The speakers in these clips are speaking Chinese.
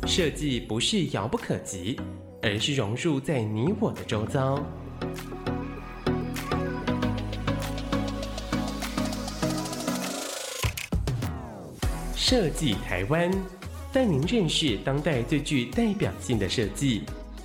设计不是遥不可及，而是融入在你我的周遭。设计台湾，带您认识当代最具代表性的设计。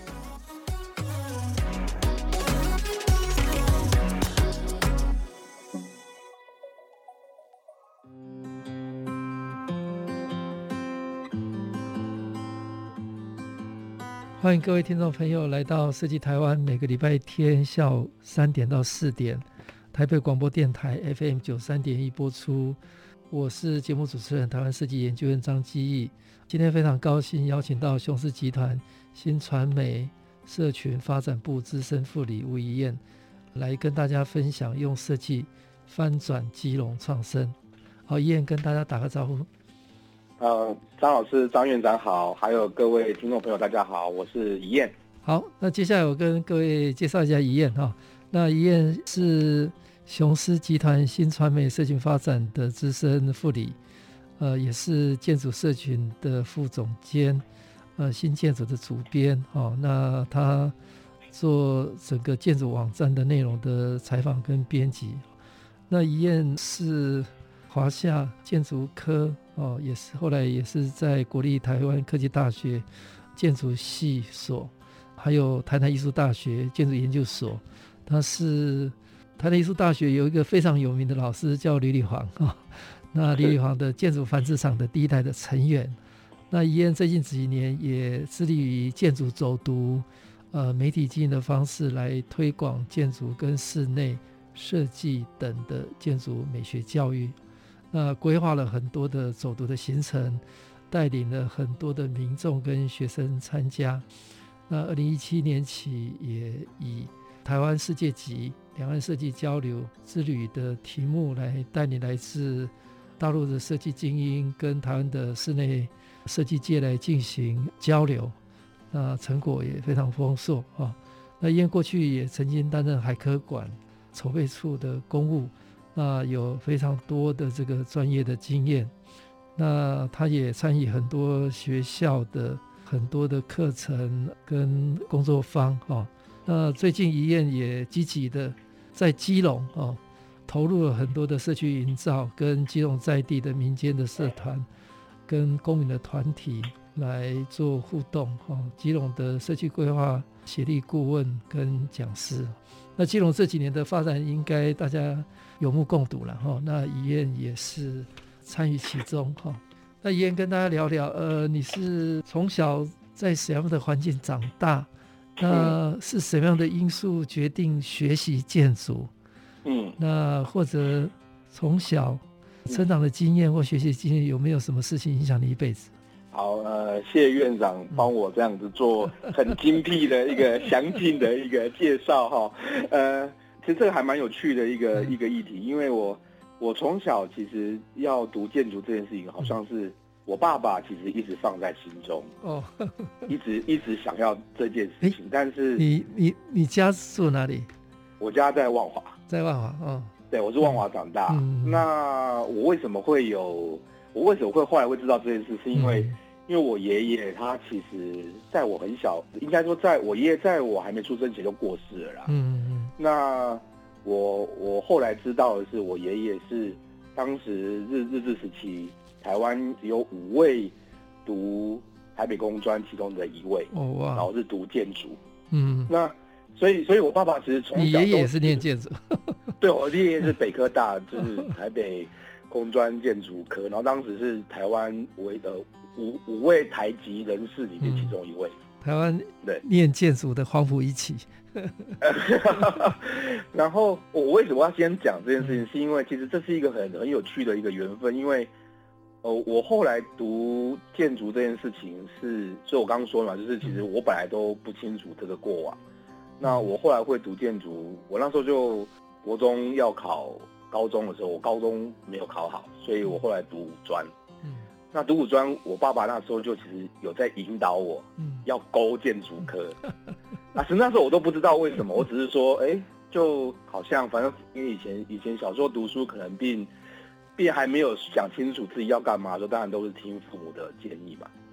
欢迎各位听众朋友来到设计台湾，每个礼拜天下午3点到4点，台北广播电台 FM 93.1播出。我是节目主持人台湾设计研究院张基义。今天非常高兴邀请到雄狮集团新传媒社群发展部资深副理吴怡燕来跟大家分享用设计翻转基隆创生。好，怡燕跟大家打个招呼。 张老师、张院长好，还有各位听众朋友大家好，我是怡燕。 好，那接下来我跟各位介绍一下怡燕哈。那怡燕是雄狮集团新传媒社群发展的资深副理，也是建筑社群的副总监，新建筑的主编哦。那他做整个建筑网站的内容的采访跟编辑。那怡燕是华夏建筑科也是后来也是在国立台湾科技大学建筑系所，还有台南艺术大学建筑研究所。他是台南艺术大学有一个非常有名的老师叫李李煌那李李煌的建筑繁殖场的第一代的成员。那怡燕最近几年也致力于建筑走读媒体经营的方式来推广建筑跟室内设计等的建筑美学教育。那规划了很多的走读的行程，带领了很多的民众跟学生参加。那2017年起也以台湾世界级两岸设计交流之旅的题目来带领来自大陆的设计精英跟台湾的室内设计界来进行交流，那成果也非常丰硕那因为过去也曾经担任海科馆筹备处的公务，那有非常多的这个专业的经验。那他也参与很多学校的很多的课程跟工作坊那最近怡燕也积极的在基隆投入了很多的社区营造，跟基隆在地的民间的社团跟公民的团体来做互动基隆的社区规划协力顾问跟讲师。那基隆这几年的发展应该大家有目共睹了那怡燕也是参与其中那怡燕跟大家聊聊你是从小在什么样的环境长大？那是什么样的因素决定学习建筑？那或者从小成长的经验或学习经验有没有什么事情影响你一辈子？ 好，谢谢院长帮我这样子做很精辟的一个详尽的一个介绍其实这个还蛮有趣的一个议题，因为我从小其实要读建筑这件事情，好像是我爸爸其实一直放在心中一直想要这件事情。但是你家住哪里？ 我家在万华。 在万华对，我是万华长大。那我为什么会后来会知道这件事，是因为我爷爷他其实在我很小，应该说在我爷爷在我还没出生前就过世了啦。那我后来知道的是，我爷爷是当时日治时期台湾有5位读台北工专其中的1位然后是读建筑。那所以我爸爸其实从小，你爷爷也是念建筑？ 对，我爷爷是北科大，就是台北工专建筑科，然后当时是台湾5位台籍人士里面其中1位。 台湾念建筑的黄埔一期。 然后我为什么要先讲这件事情，是因为其实这是一个很有趣的一个缘分，因为我后来读建筑这件事情所以我刚刚说了嘛，就是其实我本来都不清楚这个过往。那我后来会读建筑，我那时候就国中要考高中的时候，我高中没有考好，所以我后来读五专。那读五专，我爸爸那时候就其实有在引导我，要勾建筑科。其实那时候我都不知道为什么，我只是说，就好像反正因为以前小时候读书，可能并还没有想清楚自己要干嘛的时候，当然都是听父母的建议嘛。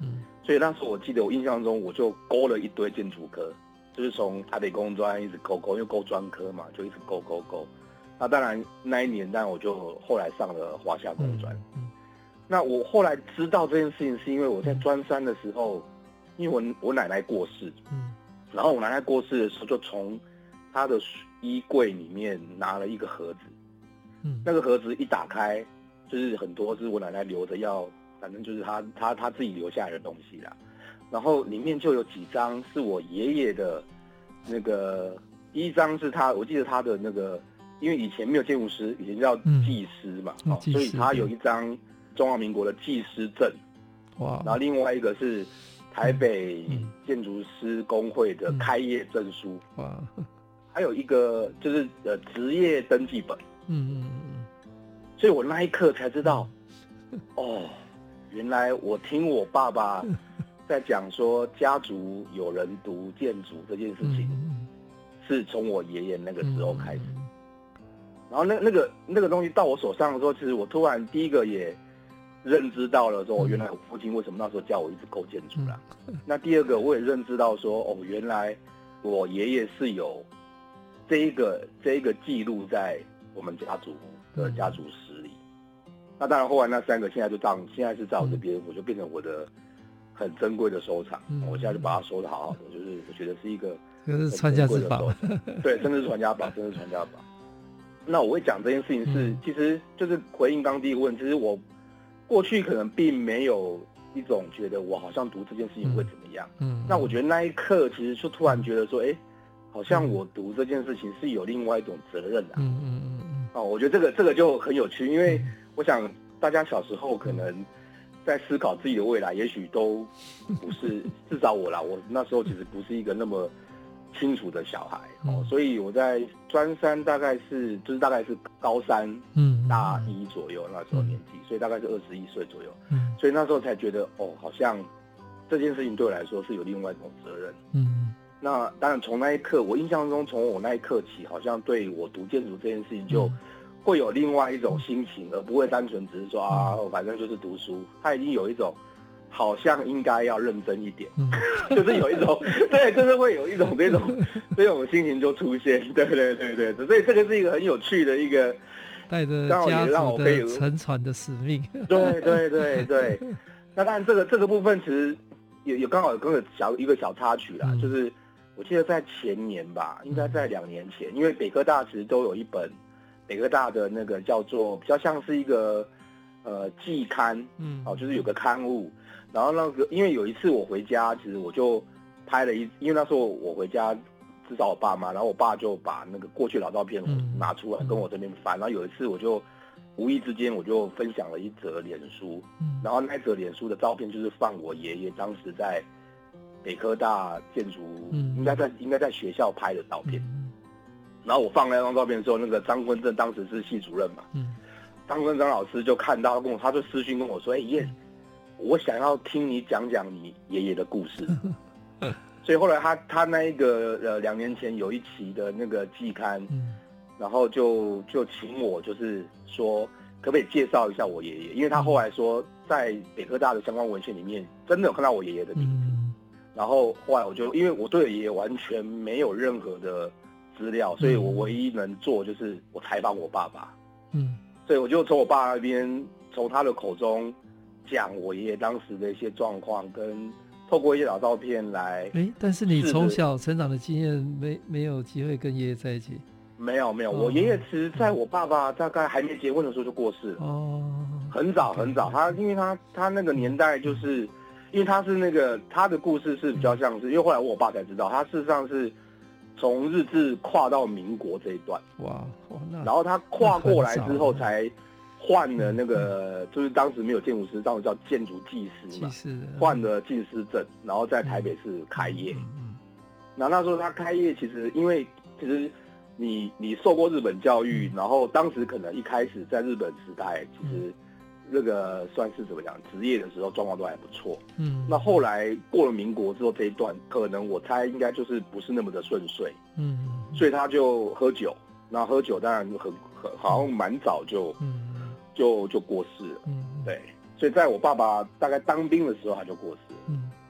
所以那时候我记得我印象中我就勾了一堆建筑科，就是从台北工专一直勾，因为勾专科嘛，就一直勾。那当然那一年，但我就后来上了华夏工专。那我后来知道这件事情，是因为我在专三的时候，因为我奶奶过世，然后我奶奶过世的时候，就从她的衣柜里面拿了一个盒子，那个盒子一打开，就是很多是我奶奶留着反正就是她自己留下来的东西啦。然后里面就有几张是我爷爷的那个，第一张是我记得他的那个，因为以前没有建筑师，以前叫技师嘛，所以他有一张中华民国的技师证，哇，然后另外一个是台北建筑师工会的开业证书，哇，还有一个就是职业登记本，所以我那一刻才知道，哦，原来我听我爸爸在讲说家族有人读建筑这件事情，是从我爷爷那个时候开始。然后那个东西到我手上的时候，其实我突然第一个也认知到了说，原来我父亲为什么那时候叫我一直勾建筑啦。那第二个我也认知到说，哦，原来我爷爷是有这一个记录在我们家族的家族史里。那当然后来那3个现在是在我这边，我就变成我的很珍贵的收藏，我现在就把它收得好好的，就是我觉得是一个是传家之宝， 对，真的是传家宝，真的是传家宝。那我会讲这件事情是，其实就是回应刚第一个问题，其实我过去可能并没有一种觉得我好像读这件事情会怎么样，那我觉得那一刻其实就突然觉得说，好像我读这件事情是有另外一种责任的，我觉得这个就很有趣，因为我想大家小时候可能在思考自己的未来，也许都不是，至少我那时候其实不是一个那么清楚的小孩，所以我在专三大概是高3大1左右，那时候年纪，所以大概是21岁左右，所以那时候才觉得好像这件事情对我来说是有另外一种责任。那当然从那一刻，我印象中从我那一刻起，好像对我读建筑这件事情就会有另外一种心情，而不会单纯只是说反正就是读书，它已经有一种好像应该要认真一点，就是有一种对，就是会有一种这种心情就出现，对，所以这个是一个很有趣的一个带着家族的承传的使命， 对。那当然这个部分其实有刚好有一个小插曲啦，就是我记得在前年吧，应该在2年前，因为北科大其实都有一本北科大的那个叫做比较像是一个季刊，就是有个刊物。然后那个，因为有一次我回家，其实我就拍了因为那时候我回家至少我爸妈，然后我爸就把那个过去老照片拿出来跟我这边翻。然后有一次我就无意之间我就分享了一则脸书，然后那则脸书的照片就是放我爷爷当时在北科大建筑，应该在学校拍的照片。然后我放那张照片的时候，那个张坤正当时是系主任嘛，张坤正老师就看到他就私讯跟我说，爷我想要听你讲你爷爷的故事。所以后来他那一个2年前有一期的那个季刊，然后就请我就是说可不可以介绍一下我爷爷，因为他后来说在北科大的相关文献里面真的有看到我爷爷的名字。然后后来我就因为我对爷爷完全没有任何的资料，所以我唯一能做就是我采访我爸爸。所以我就从我爸那边从他的口中讲我爷爷当时的一些状况，跟透过一些老照片来。 但是你从小成长的经验没有机会跟爷爷在一起？ 没有，我爷爷其实在我爸爸大概还没结婚的时候就过世了。很早很早。因为他那个年代就是因为他是那个他的故事是比较像是，因为后来我爸才知道，他事实上是从日治跨到民国这一段。然后他跨过来之后才换了那个，就是当时没有建筑师，当时叫建筑技师嘛，换了技师证，然后在台北市开业。那时候他开业，其实因为其实你受过日本教育，然后当时可能一开始在日本时代，其实那个算是怎么讲，职业的时候状况都还不错。那后来过了民国之后这一段，可能我猜应该就是不是那么的顺遂。所以他就喝酒，那喝酒当然好像蛮早就过世了。对，所以在我爸爸大概当兵的时候他就过世了。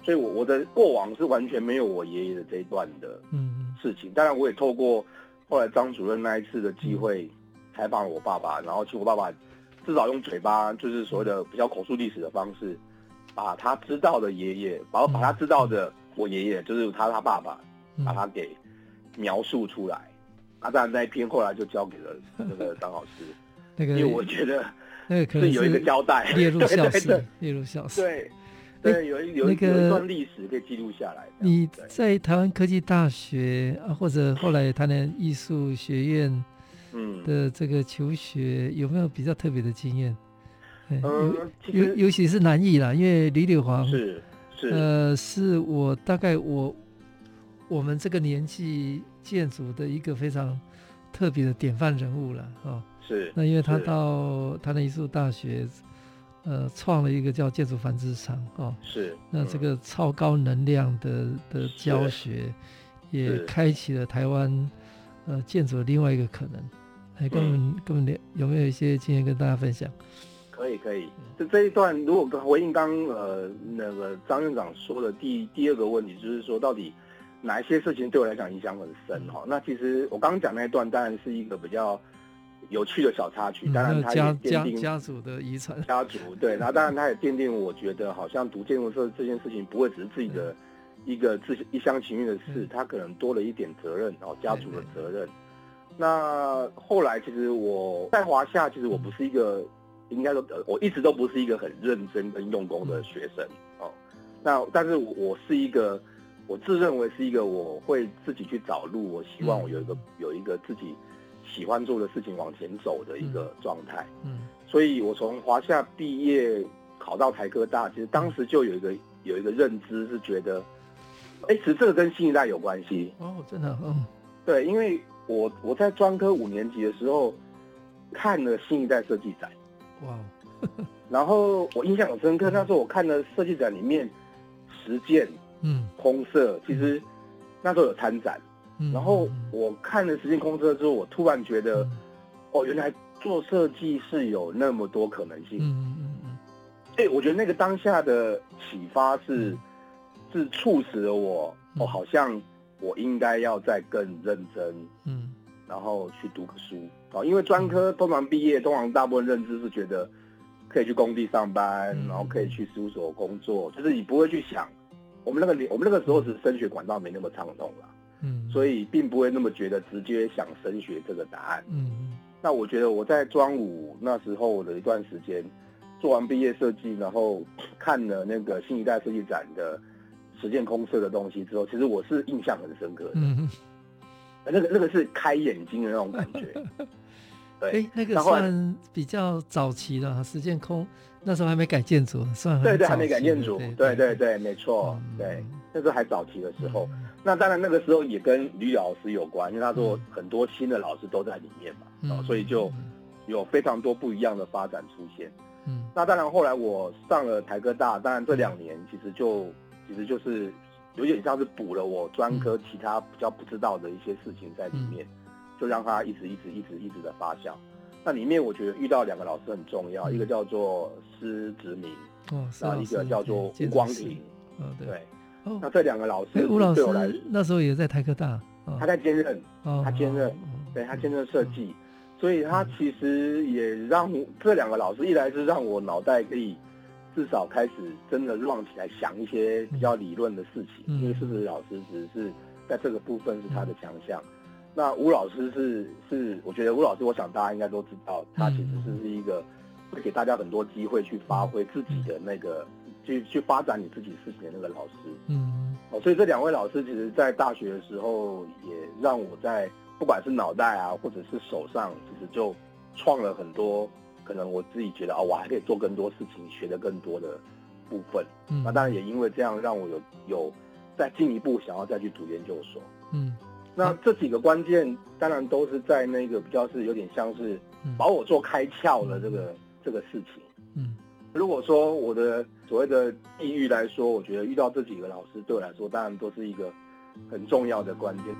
所以我的过往是完全没有我爷爷的这一段的事情。当然，我也透过后来张主任那一次的机会采访了我爸爸，然后请我爸爸至少用嘴巴，就是所谓的比较口述历史的方式，把他知道的爷爷，把他知道的我爷爷，就是他爸爸，把他给描述出来。当然那一篇后来就交给了那个张老师，因为我觉得那个可能是有一个交代， 列入校史，列入校史。 对，有一段历史可以记录下来。 你在台湾科技大学或者后来台南艺术学院的这个求学，有没有比较特别的经验？尤其是南艺啦，因为李柳煌是我大概我们这个年纪建筑的一个非常特别的典范人物了哦。 是。 那因为他到台南艺术大学，创了一个叫建筑繁殖场哦。是。那这个超高能量的教学，也开启了台湾建筑的另外一个可能。跟我们有没有一些经验跟大家分享？ 可以。这一段如果回应刚那个张院长说的第二个问题，就是说到底哪一些事情对我来讲影响很深哈？那其实我刚刚讲那一段当然是一个比较有趣的小插曲，当然它也奠定家族的遗传， 家族对，然后当然它也奠定我觉得好像读建筑社这件事情不会只是自己的一厢情愿的事，它可能多了一点责任家族的责任。那后来其实我在华夏，其实我不是一个应该说我一直都不是一个很认真跟用功的学生哦。那但是我是一个，我自认为是一个我会自己去找路，我希望我有一个自己喜欢做的事情往前走的一个状态。所以我从华夏毕业考到台科大，其实当时就有一个认知是觉得，其实这个跟新一代有关系哦，真的对，因为我在专科5年级的时候看了新一代设计展，哇，然后我印象很深刻，那时候我看了设计展里面实践、空设，其实那时候有参展，然后我看了实践空设之后，我突然觉得，原来做设计是有那么多可能性，所以我觉得那个当下的启发是促使了我，好像我应该要再更认真，然后去读个书因为专科通常毕业，通常大部分认知是觉得可以去工地上班，然后可以去事务所工作，就是你不会去想，我们那个时候是升学管道没那么畅通啦，所以并不会那么觉得直接想升学这个答案，那我觉得我在专五那时候的一段时间，做完毕业设计，然后看了那个新一代设计展的实践空设的东西之后，其实我是印象很深刻的，那个是开眼睛的那种感觉。对， 那个算比较早期的实践空，那时候还没改建筑，算对，还没改建筑，对，没错，对，那时候还早期的时候。那当然那个时候也跟吕老师有关，因为他说很多新的老师都在里面嘛，所以就有非常多不一样的发展出现。那当然后来我上了台科大，当然这2年其实就是有点像是补了我专科其他比较不知道的一些事情在里面，就让它一直的发酵。那里面我觉得遇到2个老师很重要，一个叫做施殖民，然后一个叫做吴光庭，对。那这2个老师， 吴老师那时候也在台科大， 他在兼任，对，他兼任设计，所以他其实也让这2个老师，一来是让我脑袋可以至少开始真的乱起来想一些比较理论的事情，因为施殖老师只是在这个部分是他的强项。那吴老师是，我觉得吴老师，我想大家应该都知道，他其实是一个会给大家很多机会去发挥自己的那个，去发展你自己事情的那个老师。所以这2位老师其实在大学的时候也让我在不管是脑袋啊，或者是手上，其实就创了很多可能我自己觉得我还可以做更多事情，学得更多的部分。那当然也因为这样让我有再进一步想要再去读研究所。那这几个关键当然都是在那个比较是有点像是把我做开窍了这个事情。如果说我的所谓的地域来说，我觉得遇到这几个老师对我来说当然都是一个很重要的关键。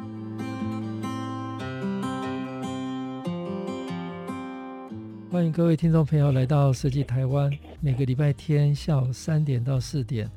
欢迎各位听众朋友来到设计台湾，每个礼拜天下午3点到4点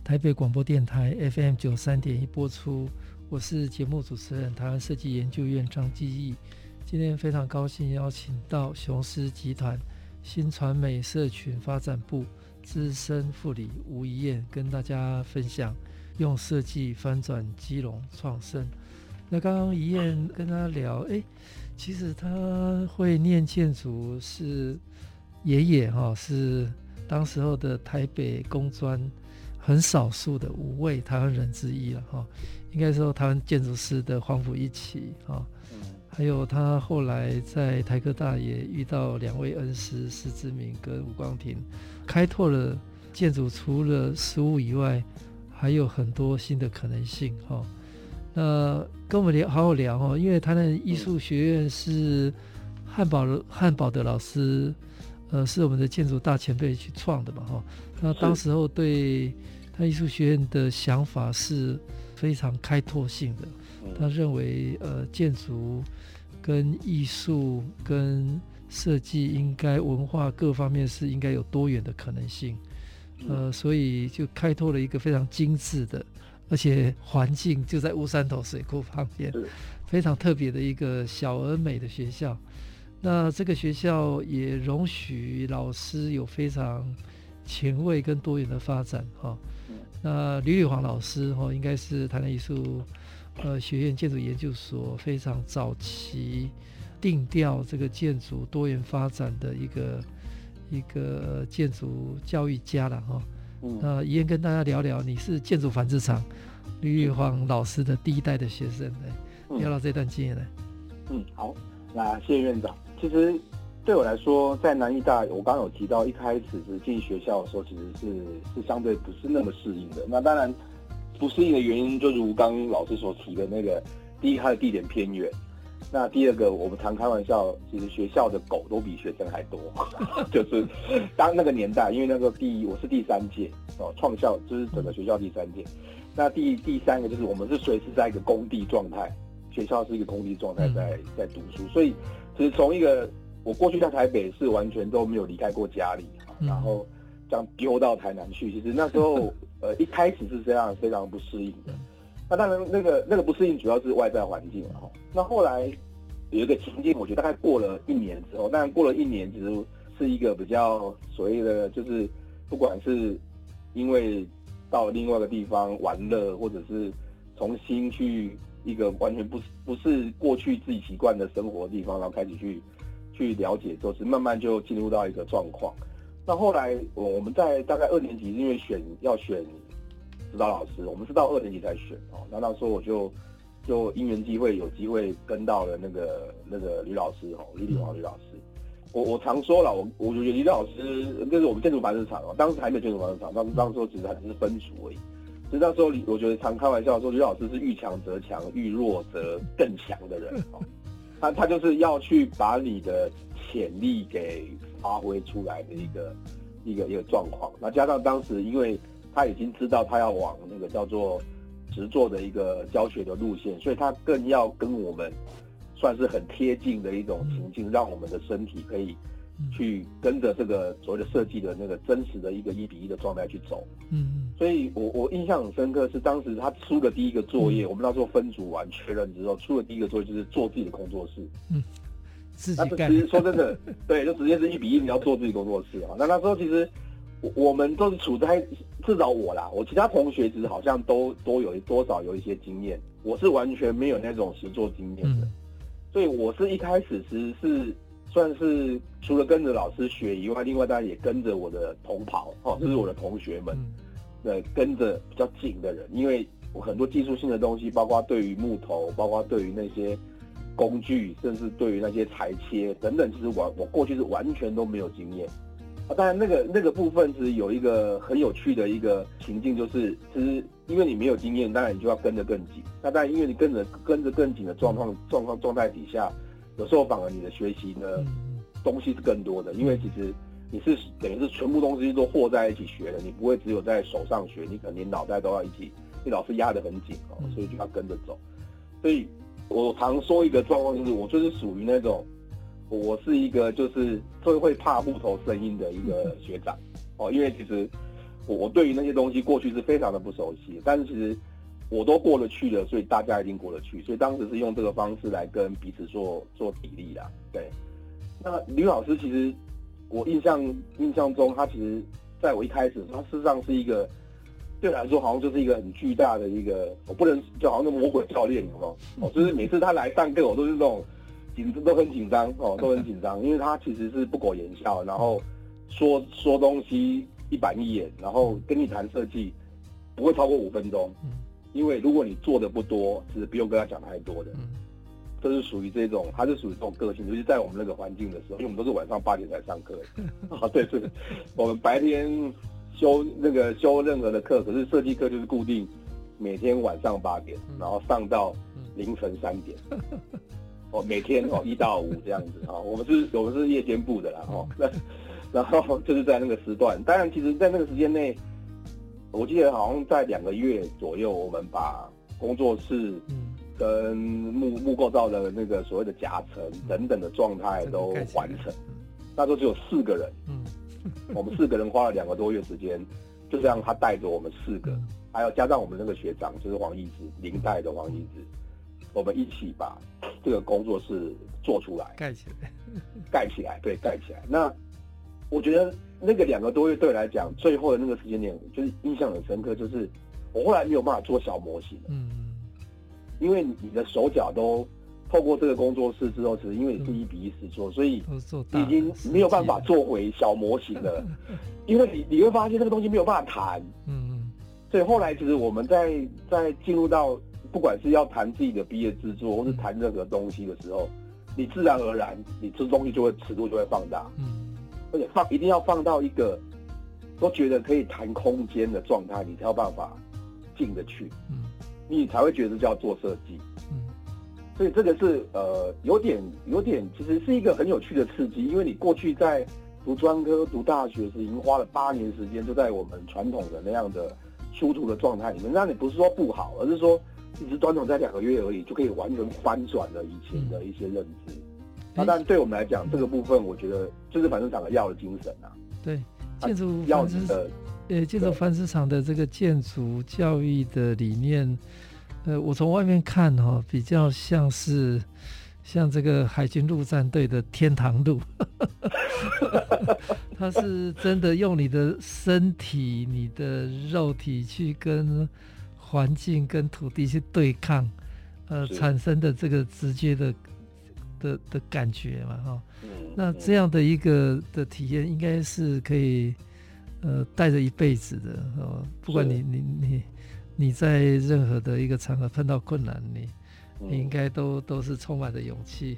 台北广播电台 FM93.1 播出。我是节目主持人台湾设计研究院张基义。今天非常高兴邀请到雄狮集团新传媒社群发展部资深副理吴怡燕，跟大家分享用设计翻转基隆创生。那刚刚怡燕跟他聊，其实他会念建筑是爷爷是当时候的台北工专很少数的5位台湾人之一了应该说台湾建筑师的黄埔一期还有他后来在台科大也遇到2位恩师施之明跟吴光庭，开拓了建筑除了实物以外还有很多新的可能性那跟我们好好聊因为他的艺术学院是汉堡的老师是我们的建筑大前辈去创的嘛那当时候对他艺术学院的想法是非常开拓性的，他认为建筑跟艺术跟设计应该文化各方面是应该有多元的可能性所以就开拓了一个非常精致的，而且环境就在乌山头水库旁边，非常特别的一个小而美的学校。那这个学校也容许老师有非常前卫跟多元的发展那吕黄老师应该是台南艺术学院建筑研究所非常早期定调这个建筑多元发展的一个建筑教育家了那怡燕跟大家聊聊，你是建筑纺织厂吕黄老师的第1代的学生聊到这段经验来。 好，那谢谢院长。其实对我来说，在南艺大，我刚刚有提到，一开始是进学校的时候，其实是相对不是那么适应的。那当然，不适应的原因，就如刚刚老师所提的那个，第一，它的地点偏远；那第二个，我们常开玩笑，其实学校的狗都比学生还多。就是当那个年代，因为那个我是第3届创校就是整个学校第3届。那第3个就是我们是随时在一个工地状态，学校是一个工地状态在读书，所以其实从一个我过去在台北是完全都没有离开过家里然后这样丢到台南去，其实那时候一开始是这样非常不适应的。那当然那个不适应主要是外在环境那后来有一个情境，我觉得大概过了1年之后，当然过了1年其实是一个比较所谓的，就是不管是因为到另外一个地方玩乐，或者是重新去一个完全不是过去自己习惯的生活的地方，然后开始去了解之后，是慢慢就进入到一个状况。那后来我们在大概2年级，因为要选指导老师，我们是到2年级才选那时候我就因缘际会有机会跟到了那个吕老师李礼煌吕老师。我常说了，我觉得李老师那是我们建筑纺织厂当时还没有建筑纺织厂，当时其实还只是分组而已。其实那时候我觉得常开玩笑说，吕老师是遇强则强，遇弱则更强的人他就是要去把你的潜力给发挥出来的一个状况。那加上当时因为他已经知道他要往那个叫做实作的一个教学的路线，所以他更要跟我们算是很贴近的一种情境，让我们的身体可以去跟着这个所谓的设计的那个真实的一个1比1的状态去走。所以我印象很深刻是当时他出的第一个作业，我们那时候分组完确认之后，出的第一个作业就是做自己的工作室。 自己干。 其实说真的，对，就直接是1比1，你要做自己工作室那时候其实我们都是处在，至少我啦，我其他同学其实好像都有多少有一些经验，我是完全没有那种实作经验的。所以我是一开始其实是算是除了跟着老师学以外，另外当然也跟着我的同袍就是我的同学们跟着比较紧的人，因为我很多技术性的东西，包括对于木头，包括对于那些工具，甚至对于那些裁切等等，其实我过去是完全都没有经验当然那个部分是有一个很有趣的一个情境，就是其实因为你没有经验，当然你就要跟着更紧。那当然因为你跟着更紧的状态底下，有时候反而你的学习呢东西是更多的，因为其实你是等于是全部东西都和在一起学的，你不会只有在手上学，你可能连脑袋都要一起，你老师压得很紧所以就要跟着走。所以我常说一个状况，就是我就是属于那种，我是一个就是最会怕木头声音的一个学长因为其实我对于那些东西过去是非常的不熟悉，但是其实我都过得去了，所以大家一定过得去，所以当时是用这个方式来跟彼此做砥砺啦。对，那吕老师其实我印象中，他其实在我一开始，他事实上是一个对我来说好像就是一个很巨大的一个，我不能就好像那魔鬼教练，有没有？就是每次他来上课，我都是那种都很紧张都很紧张，因为他其实是不苟言笑，然后说东西一板一眼，然后跟你谈设计不会超过5分钟，因为如果你做的不多，其实不用跟他讲太多的。这是属于这种，他是属于这种个性，尤其在我们那个环境的时候，因为我们都是晚上8点才上课对，是我们白天修任何的课，可是设计课就是固定每天晚上8点，然后上到凌晨3点。每天1到5这样子我们是夜间部的啦然后就是在那个时段，当然其实在那个时间内，我记得好像在2个月左右，我们把工作室跟木构造的那个所谓的夹层等等的状态都完成。那时候只有4个人，我们4个人花了2个多月时间，就这样他带着我们4个，还有加上我们那个学长就是黄义之，零代的黄义之，我们一起把这个工作室做出来，盖起来。那我觉得那个2个多月对我来讲，最后的那个时间点就是印象很深刻，就是我后来没有办法做小模型了，因为你的手脚都透过这个工作室之后，其实因为你是1比1实做，所以你已经没有办法做回小模型了，因为你会发现这个东西没有办法弹，所以后来其实我们在进入到不管是要谈自己的毕业制作，或是谈任何东西的时候，你自然而然，你这东西尺度就会放大，而且一定要放到一个都觉得可以谈空间的状态，你才有办法进得去，你才会觉得叫做设计，所以这个是有点，其实是一个很有趣的刺激，因为你过去在读专科、读大学时，已经花了8年时间，就在我们传统的那样的殊途的状态里面。那你不是说不好，而是说只是短短在2个月而已，就可以完全翻转了以前的一些认知。那但对我们来讲，这个部分我觉得就是反正厂的要的精神啊。 对，建筑紡织厂的这个建筑教育的理念，我从外面看比较像这个海军陆战队的天堂路，它是真的用你的身体、你的肉体去跟环境、跟土地去对抗，产生的这个直接的感觉嘛，那这样的一个的体验，应该是可以带着一辈子的不管你在任何的一个场合碰到困难，你应该都是充满了勇气，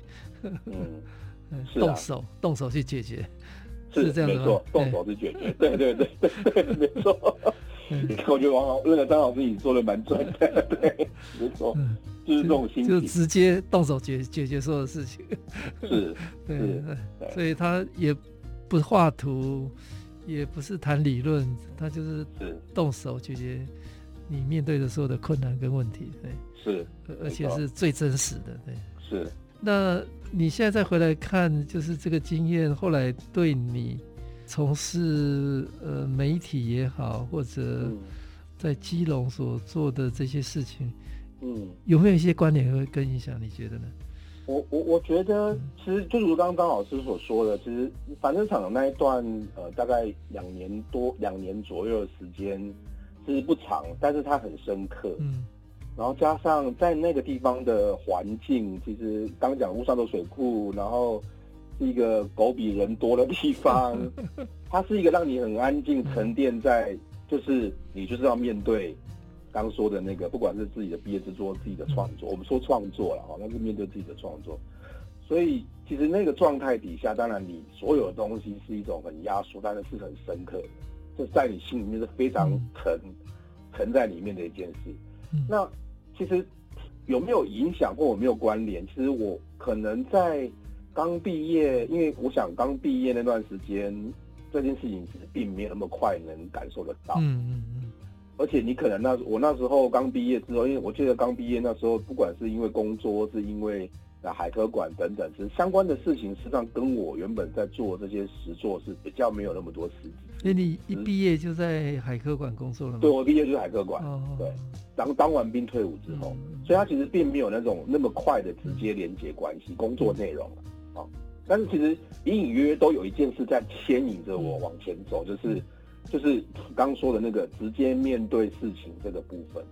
动手去解决，是这样的吗？没错，动手去解决，对，没错。我觉得那个张老师你说的蛮准的，对，没错，就是这种心情，就直接动手解决所有的事情，对，所以他也不画图，也不是谈理论，他就是动手解决你面对的所有的困难跟问题，对，而且是最真实的，对，是。那你现在再回来看，就是这个经验后来对你从事媒体也好，或者在基隆所做的这些事情，有没有一些观点会跟影响？你觉得呢？我觉得其实就如刚刚张老师所说的，其实紡织厂的那一段大概2年左右的时间，其实不长，但是它很深刻。然后加上在那个地方的环境，其实刚讲路上的水库，然后是一个狗比人多的地方，它是一个让你很安静沉淀在，就是你就是要面对刚说的那个，不管是自己的毕业制作、自己的创作，我们说创作了那是面对自己的创作。所以其实那个状态底下，当然你所有的东西是一种很压缩，但是是很深刻的，这在你心里面是非常沉在里面的一件事。那其实有没有影响或有没有关联？其实我可能在刚毕业，因为我想刚毕业那段时间，这件事情其实并没有那么快能感受得到。而且你可能我那时候刚毕业之后，因为我记得刚毕业那时候，不管是因为工作，是因为海科馆等等，其实相关的事情，实际上跟我原本在做这些实作是比较没有那么多实质。 所以你一毕业就在海科馆工作了吗？ 对，我毕业就是海科馆，对，当完兵退伍之后，所以他其实并没有那么快的直接连接关系，工作内容但是其实隐隐约约都有一件事在牵引着我往前走，就是刚说的那个直接面对事情这个部分。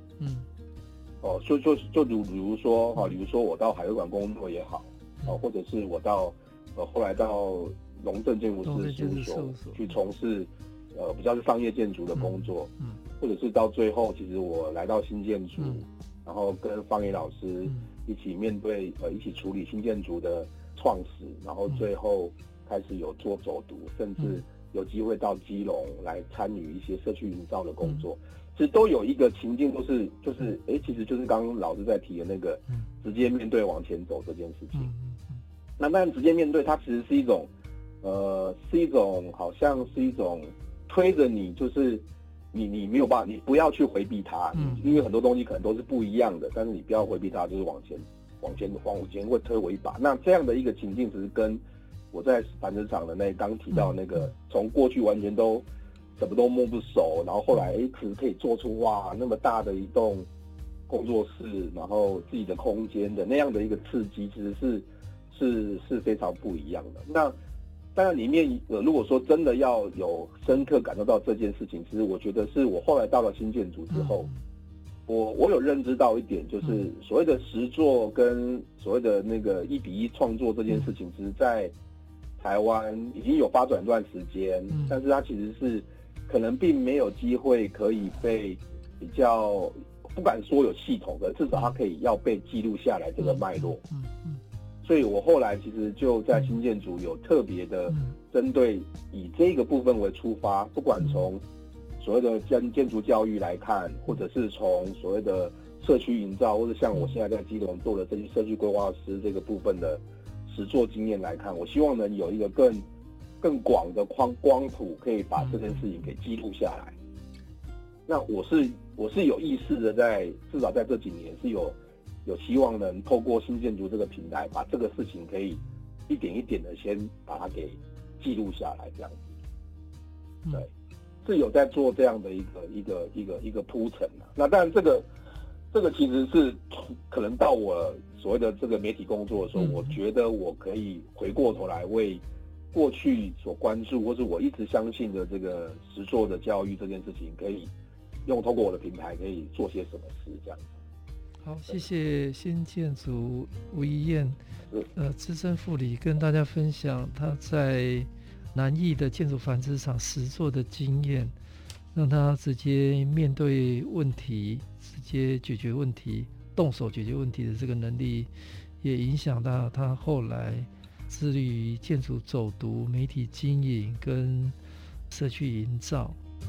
就比如说我到海科馆工作也好，或者是我到后来到龙正建筑师事务所去从事比较是商业建筑的工作，或者是到最后其实我来到新建筑，然后跟方野老师一起面对一起处理新建筑的创始，然后最后开始有做走读，甚至有机会到基隆来参与一些社区营造的工作。其实都有一个情境，其实就是刚刚老师在提的那个直接面对往前走这件事情。那当然直接面对它其实是一种好像是一种推着你，就是你没有办法，你不要去回避它，因为很多东西可能都是不一样的，但是你不要回避它，就是往前会推我一把。那这样的一个情境，其实跟我在板子厂的刚提到那个从过去完全都什么都摸不熟，然后后来可以做出那么大的一栋工作室，然后自己的空间的那样的一个刺激，其实是非常不一样的。那当然里面如果说真的要有深刻感受到这件事情，其实我觉得是我后来到了新建筑之后，我有认知到一点，就是所谓的实作跟所谓的那个1:1创作这件事情，其实在台湾已经有发展一段时间，但是它其实是可能并没有机会可以被比较，不敢说有系统的，至少它要被记录下来这个脉络。所以我后来其实就在新建筑有特别的针对以这个部分为出发，不管从所谓的建筑教育来看，或者是从所谓的社区营造，或者像我现在在基隆做的这些社区规划师这个部分的实作经验来看，我希望能有一个更广的光谱，可以把这件事情给记录下来。那我是有意识的至少在这几年是有希望能透过新建筑这个平台，把这个事情可以一点一点的先把它给记录下来，这样子。对，是有在做这样的一个铺陈啊。那当然这个其实是可能到我所谓的这个媒体工作的时候，我觉得我可以回过头来为过去所关注或是我一直相信的这个实作的教育这件事情，可以透过我的平台可以做些什么事，这样子。 好，谢谢新建筑吴怡燕资深副理跟大家分享他在南艺的建筑繁殖场实作的经验，让他直接面对问题，直接解决问题，动手解决问题的这个能力，也影响到他后来致力于建筑走读、媒体经营跟社区营造。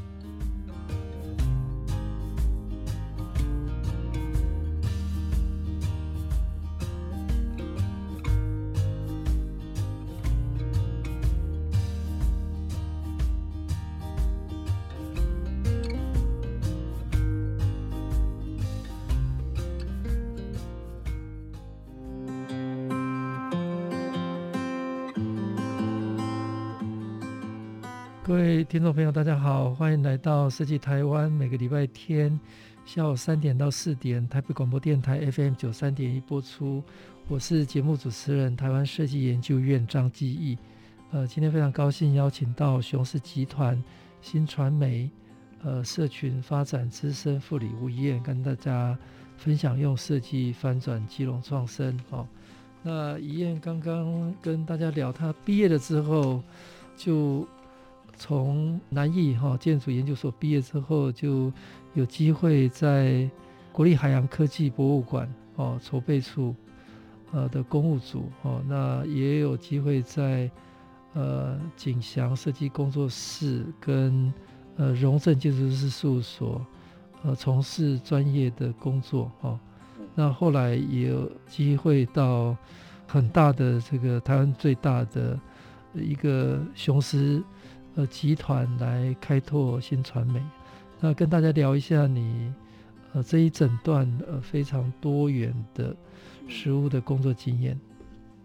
各位听众朋友大家好，欢迎来到设计台湾，每个礼拜天下午3点到4点台北广播电台 FM93.1 播出。我是节目主持人台湾设计研究院张基义。今天非常高兴邀请到雄狮集团新传媒社群发展资深副理吴怡燕，跟大家分享用设计翻转基隆创生。那怡燕刚刚跟大家聊，她毕业了之后就从南艺建筑研究所毕业之后，就有机会在国立海洋科技博物馆筹备处的公务组那也有机会在景祥设计工作室跟荣正建筑师事务所从事专业的工作那后来也有机会到很大的这个台湾最大的一个雄狮集团来开拓新传媒。那跟大家聊一下你这一整段非常多元的实务的工作经验。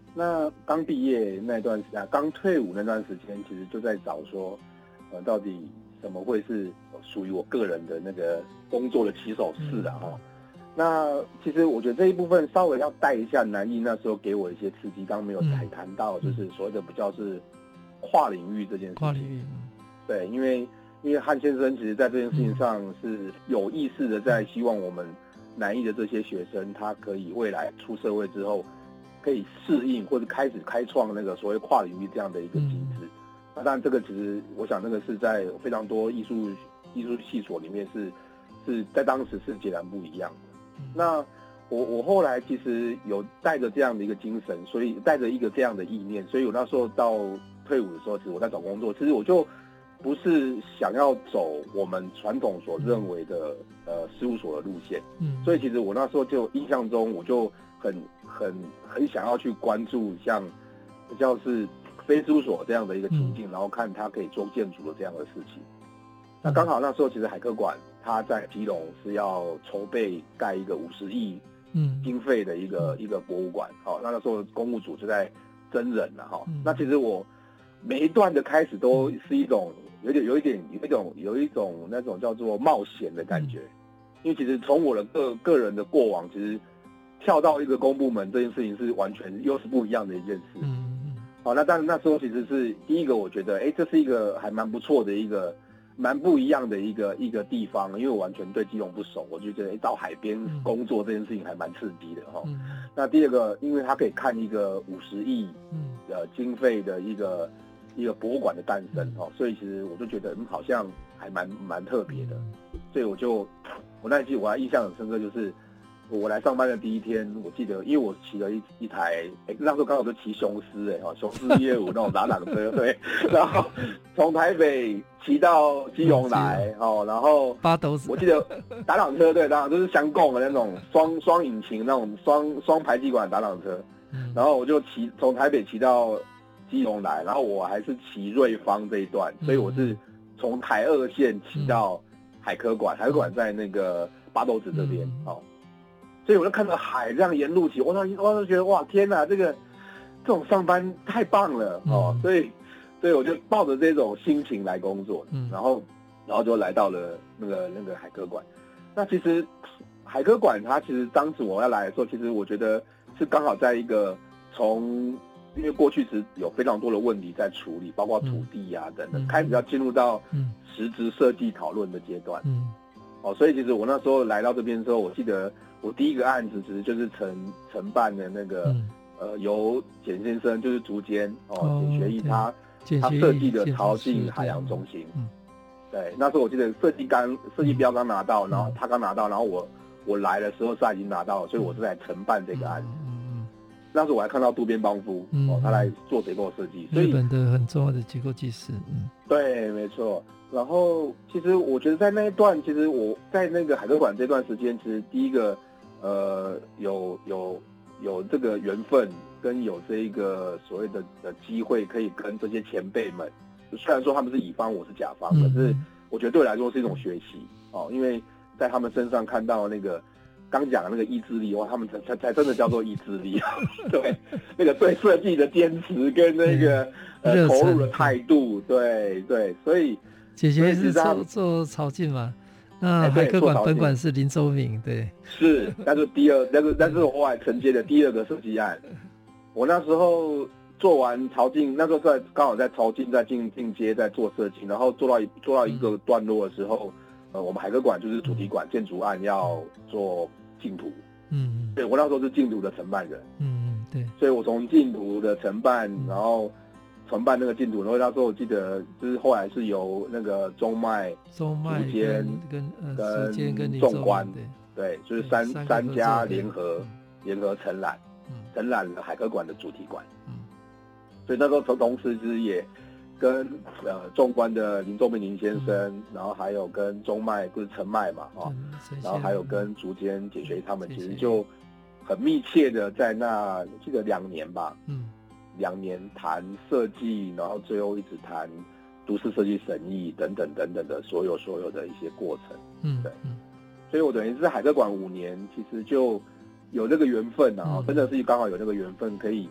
那刚毕业那段时间，刚退伍那段时间，其实就在找说，到底什么会是属于我个人的那个工作的起手式啊？哈。那其实我觉得这一部分稍微要带一下南艺那时候给我一些刺激，刚刚没有谈到，就是所谓的比较是跨领域这件事情。 跨领域， 对，因为汉先生其实在这件事情上是有意识的在希望我们南艺的这些学生，他可以未来出社会之后可以适应或者开始开创那个所谓跨领域这样的一个机制。那当然这个其实我想那个是在非常多艺术系所里面是在当时是截然不一样的。那我后来其实有带着这样的一个精神，所以带着一个这样的意念，所以我那时候到退伍的时候，其实我在找工作，其实我就不是想要走我们传统所认为的事务所的路线，所以其实我那时候就印象中我就很想要去关注像比较是非事务所这样的一个情境，然后看他可以做建筑的这样的事情。那刚好那时候其实海科馆它在基隆是要筹备盖一个50亿经费的一个博物馆，好，那时候公务组就在征人了哈。那其实我每一段的开始都是一种有一种那种叫做冒险的感觉，因为其实从我的个人的过往，其实跳到一个公部门这件事情是完全又是不一样的一件事。好，那当然那时候其实是第一个，我觉得这是一个还蛮不错的一个。蛮不一样的一个地方，因为我完全对基隆不熟，我就觉得到海边工作这件事情还蛮刺激的哈。那第二个，因为他可以看一个50亿经费的一个博物馆的诞生哈，所以其实我就觉得好像还蛮特别的，所以我那一期我还印象很深刻，就是我来上班的第一天，我记得因为我骑了一台，那时候刚好就骑雄狮雄狮125那种打挡车，对，然后从台北骑到基隆来，然后八斗子， 我记得打挡车，对，打挡就是相共的那种双引擎那种双排气管打挡车，然后我就从台北骑到基隆来，然后我还是骑瑞芳这一段，所以我是从台2线骑到海科馆，海科馆在那个八斗子这边，所以我就看到海这样沿路骑，我就觉得哇天哪，这种上班太棒了所以我就抱着这种心情来工作，然后就来到了那个海科馆。那其实海科馆它其实当时我要来的时候，其实我觉得是刚好在一个因为过去是有非常多的问题在处理，包括土地啊等等，开始要进入到实质设计讨论的阶段。所以其实我那时候来到这边的时候，我记得我第一个案子其实就是承办的那个由简先生就是竹间简学义他设计的潮境海洋中心。对，那时候我记得设计标刚拿到，然后他刚拿到，然后我来的时候他已经拿到了，所以我是来承办这个案子。那时候我还看到渡边邦夫他来做结构设计，所以日本的很重要的结构技师。 对，没错。然后其实我觉得在那一段，其实我在那个海科馆这段时间，其实第一个有这个缘分跟有这一个所谓的机会，可以跟这些前辈们，虽然说他们是乙方，我是甲方，可是我觉得对我来说是一种学习因为在他们身上看到那个刚讲的那个意志力，哇，他们才真的叫做意志力对，那个对设计的坚持跟那个投入的态度，对，所以姐姐是做潮境嘛，那海科馆本馆是林周明，对， 是，那是那是我后来承接的第二个设计案。我那时候做完潮境，那时候刚好在潮境在进阶在做设计，然后做到一个段落的时候，我们海科馆就是主题馆建筑案要做竞图，对，我那时候是竞图的承办人， 对， 所以我从竞图的承办，然后承办那个竞图，然后那时候我记得就是后来是由那个中麦竹间跟纵观，对，就是三家联合承揽了海科馆的主题馆，所以那时候同时其实也跟纵观的林仲明林先生，然后还有跟中麦就是陈麦嘛然后还有跟竹间简学他们，其实就很密切的在那记得2年吧，2年谈设计，然后最后一直谈都市设计审议等等的所有的一些过程，对，所以我等于是海科馆5年，其实就有这个缘分真的是刚好有这个缘分可以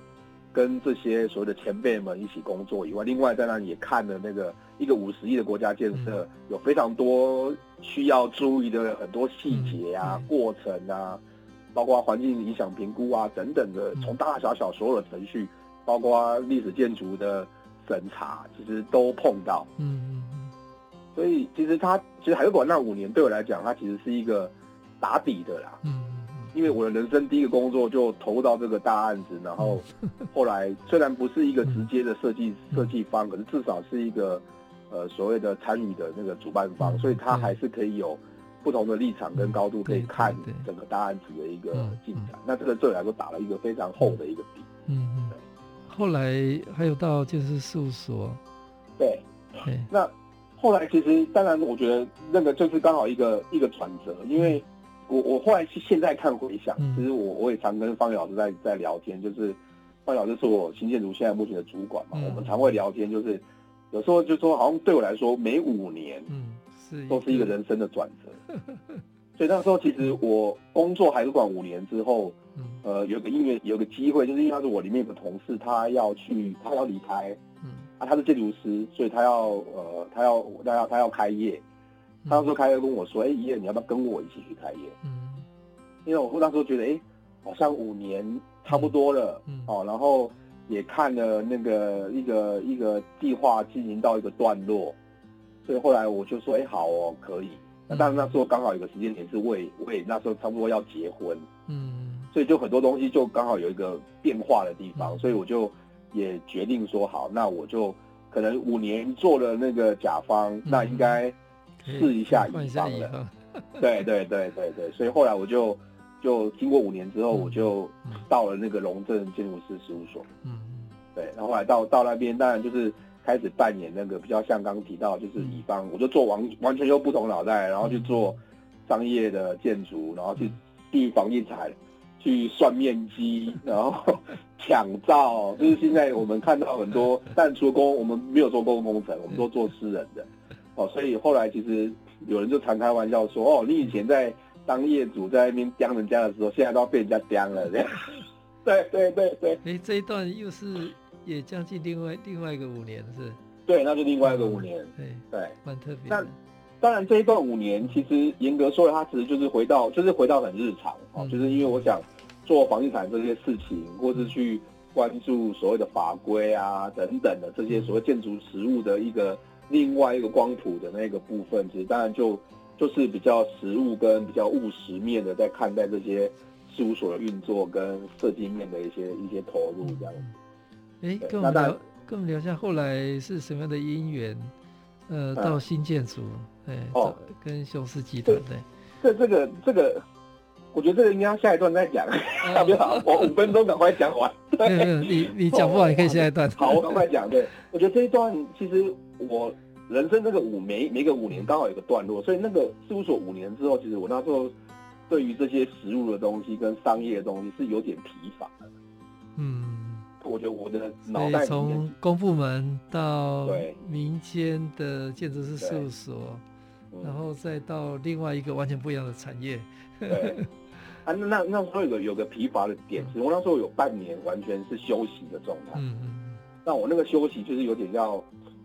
跟这些所谓的前辈们一起工作以外，另外在那里也看了那个一个50亿的国家建设，有非常多需要注意的很多细节啊、过程啊，包括环境影响评估啊等等的，从大大小小所有的程序，包括历史建筑的审查，其实都碰到。所以其实海科馆那5年对我来讲，它其实是一个打底的啦。因为我的人生第一个工作就投入到这个大案子，然后后来虽然不是一个直接的设计方，可是至少是一个所谓的参与的那个主办方，所以他还是可以有不同的立场跟高度可以看整个大案子的一个进展。那这个对我来说打了一个非常厚的一个底。 后来还有到建设事务所。 对。那后来其实当然我觉得那个就是刚好一个转折，因为我后来现在看回想，其实我也常跟方宇老师在聊天，就是方宇老师是我新建筑现在目前的主管嘛，我们常会聊天，就是有时候就说好像对我来说每5年都是一个人生的转折。所以那时候其实我工作海科馆5年之后，有个机会，就是因为他是我里面有个同事，他要离开，他是建筑师，所以他要开业。他那时候开业跟我说：“宜彦，你要不要跟我一起去开业？”因为我那时候觉得，好像5年差不多了，然后也看了那个一个计划进行到一个段落，所以后来我就说：“好哦，可以。”那当然那时候刚好有个时间点是我也那时候差不多要结婚，所以就很多东西就刚好有一个变化的地方，所以我就也决定说好，那我就可能5年做了那个甲方，那应该试一下乙方了。对，所以后来我就经过5年之后，我就到了那个龙正建筑师事务所。对，然后后来到那边，当然就是开始扮演那个比较像刚提到，就是乙方，我就做完全用不同脑袋，然后去做商业的建筑，然后去房地产，去算面积，然后抢造，就是现在我们看到很多，但除了我们没有做公共工程，我们都做私人的。所以后来其实有人就常开玩笑说，你以前在当业主在那边刁人家的时候，现在都要被人家刁了，这样。对。 这一段又是也将近另外一个5年是？ 对，那就另外一个5年。对， 蛮特别的。 那当然这一段5年，其实严格说来，它其实就是回到很日常就是因为我想做房地产这些事情，或是去关注所谓的法规啊等等的这些所谓建筑实务的另外一个光谱的那个部分，其实当然就是比较实务跟比较务实面的在看待这些事务所的运作跟设计面的一些投入这样子。 跟我们聊一下后来是什么样的因缘，到新建筑，跟雄狮集团这个，我觉得这个应该要下一段再讲，要不要？我5分钟赶快讲完。 你讲不完，你可以下一段。 好，我赶快讲。对，我觉得这一段其实我人生这个每个5年刚好有个段落，所以那个事务所5年之后，其实我那时候对于这些实务的东西跟商业的东西是有点疲乏的。我觉得我的脑袋从公部门到民间的建筑师事务所，然后再到另外一个完全不一样的产业。 对。那时候有个疲乏的点，其实我那时候有半年完全是休息的状态。那我那个休息就是有点要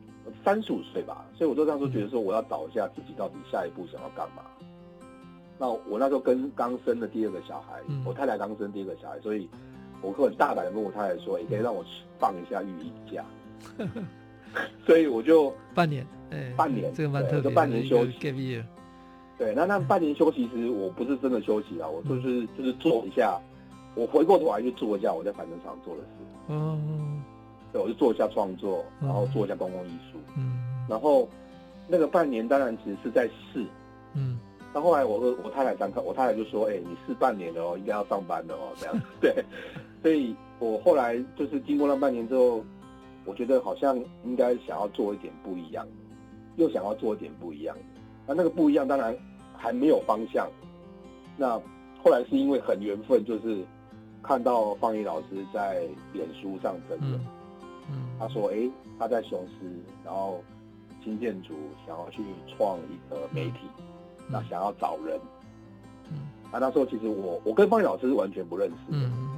35岁吧，所以我就那时候觉得说我要找一下自己到底下一步想要干嘛。那我那时候刚生的第2个小孩，我太太刚生第2个小孩，所以我很大胆的跟我太太说，可以让我放一下育婴假。所以我就半年， 这个蛮特别的， 就半年休息。 gap year。 对，那半年休息，其实我不是真的休息啦，我就是做一下，我回过头来去做一下我在帆船厂做的事。对，我就做一下创作，然后做一下公共艺术。然后那个半年当然其实是在试。那后来我太太就说，你试半年了应该要上班了这样。对，所以我后来就是经过那半年之后，我觉得好像应该想要做一点不一样，又想要做一点不一样。那个不一样当然还没有方向。那后来是因为很缘分，就是看到方怡老师在脸书上真人，他说他在雄狮，然后新建筑想要去创一个媒体，那想要找人。那时候其实我跟方怡老师是完全不认识的。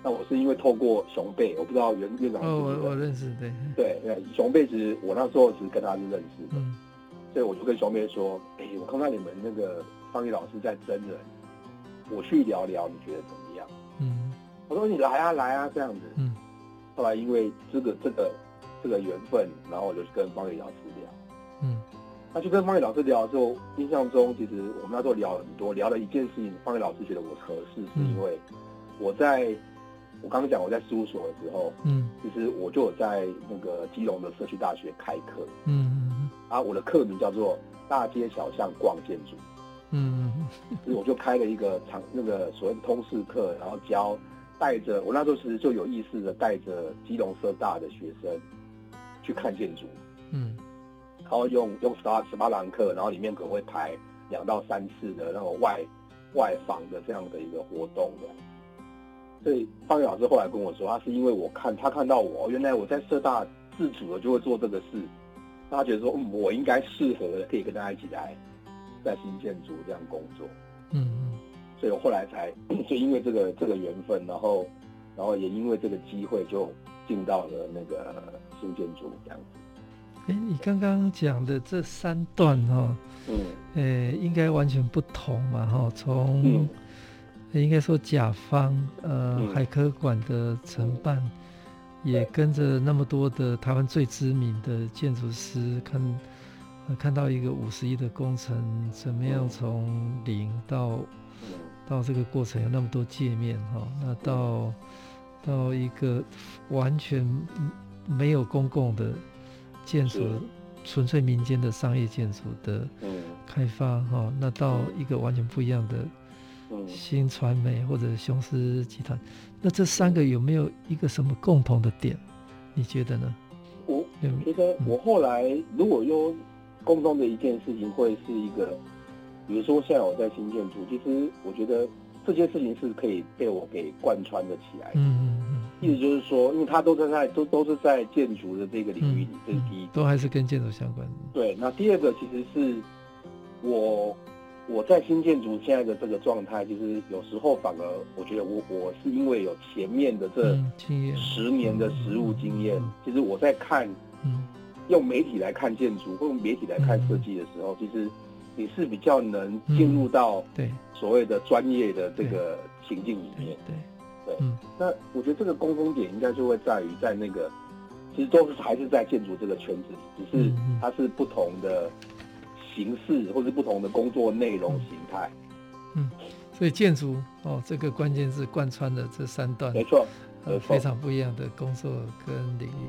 那我是因为透过熊贝，我不知道院长我认识， 对，熊贝其实我那时候是跟他是认识的，所以我就跟熊贝说，我看到你们那个方宇老师在真人，我去聊聊，你觉得怎么样？我说你来啊这样子。后来因为这个缘分，然后我就跟方宇老师聊。那去跟方宇老师聊的时候，印象中其实我们那时候聊了很多，聊了一件事情，方宇老师觉得我合适，是因为我刚刚讲我在事务所的时候，其实我就有在那个基隆的社区大学开课，我的课名叫做大街小巷逛建筑，所以我就开了一个那个所谓的通识课，然后带着我那时候其实就有意识的带着基隆社大的学生去看建筑，然后用18堂课，然后里面可能会排2到3次的那种外访的这样的一个活动的。所以方宇老师后来跟我说，他是因为他看到我，原来我在社大自主的就会做这个事，那他觉得说，我应该适合的，可以跟大家一起来在新建筑这样工作。所以我后来就因为这个缘分，然后也因为这个机会就进到了那个新建筑这样子。 你刚刚讲的这3段应该完全不同嘛从应该说甲方海科馆的承办，也跟着那么多的台湾最知名的建筑师看到一个50亿的工程怎么样从零到这个过程有那么多界面那到一个完全没有公共的建筑，纯粹民间的商业建筑的开发那到一个完全不一样的新传媒或者雄狮集团，那这3个有没有一个什么共同的点？你觉得呢？ 我觉得我后来如果用共同的一件事情，会是一个，比如说现在我在新建筑，其实我觉得这件事情是可以被我给贯穿的起来的。意思就是说，因为它都是在建筑的这个领域里，这是第一个， 都还是跟建筑相关的。 对，那第二个其实是我在新建筑现在的这个状态，其实有时候反而我觉得我是因为有前面的这10年的实务经验，其实我在看用媒体来看建筑或用媒体来看设计的时候，其实你是比较能进入到所谓的专业的这个情境里面。对，那我觉得这个共同点应该就会在于在那个，其实都是还是在建筑这个圈子里，只是它是不同的形式或是不同的工作内容形态。 所以建筑这个关键字贯穿的这3段， 没错， 非常不一样的工作跟领域。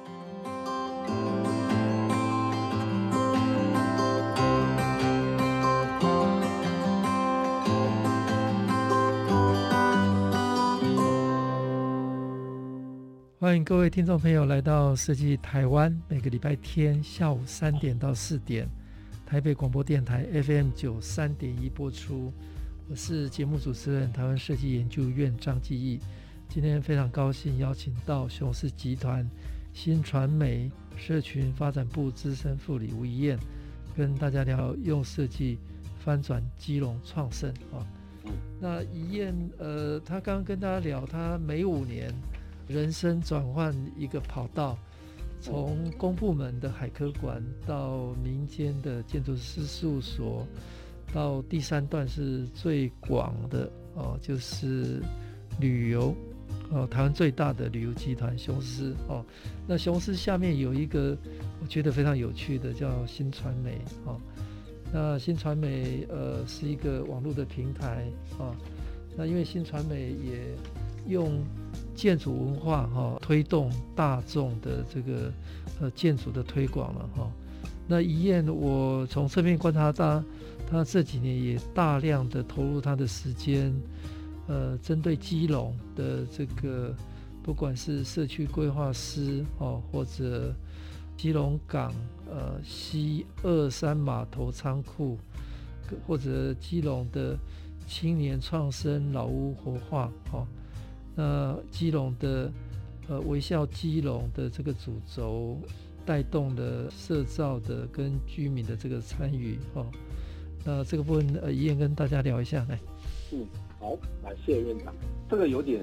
欢迎各位听众朋友来到设计台湾，每个礼拜天下午3点到4点，台北广播电台 FM 93.1播出。我是节目主持人台湾设计研究院张继义。今天非常高兴邀请到雄狮集团新传媒社群发展部资深副理吴怡燕，跟大家聊用设计翻转基隆创生那怡燕他刚刚跟大家聊，他每5年人生转换一个跑道，从公部门的海科馆到民间的建筑师事务所，到第3段是最广的就是旅游台湾最大的旅游集团雄狮那雄狮下面有一个我觉得非常有趣的叫新传媒那新传媒是一个网络的平台那因为新传媒也用建筑文化推动大众的这个建筑的推广了那怡燕我从侧面观察他这几年也大量的投入他的时间针对基隆的这个不管是社区规划师或者基隆港西23码头仓库，或者基隆的青年创生老屋活化那基隆的微笑基隆的这个主轴带动的社造的跟居民的这个参与那这个部分怡燕跟大家聊一下来。 好，谢谢院长。这个有点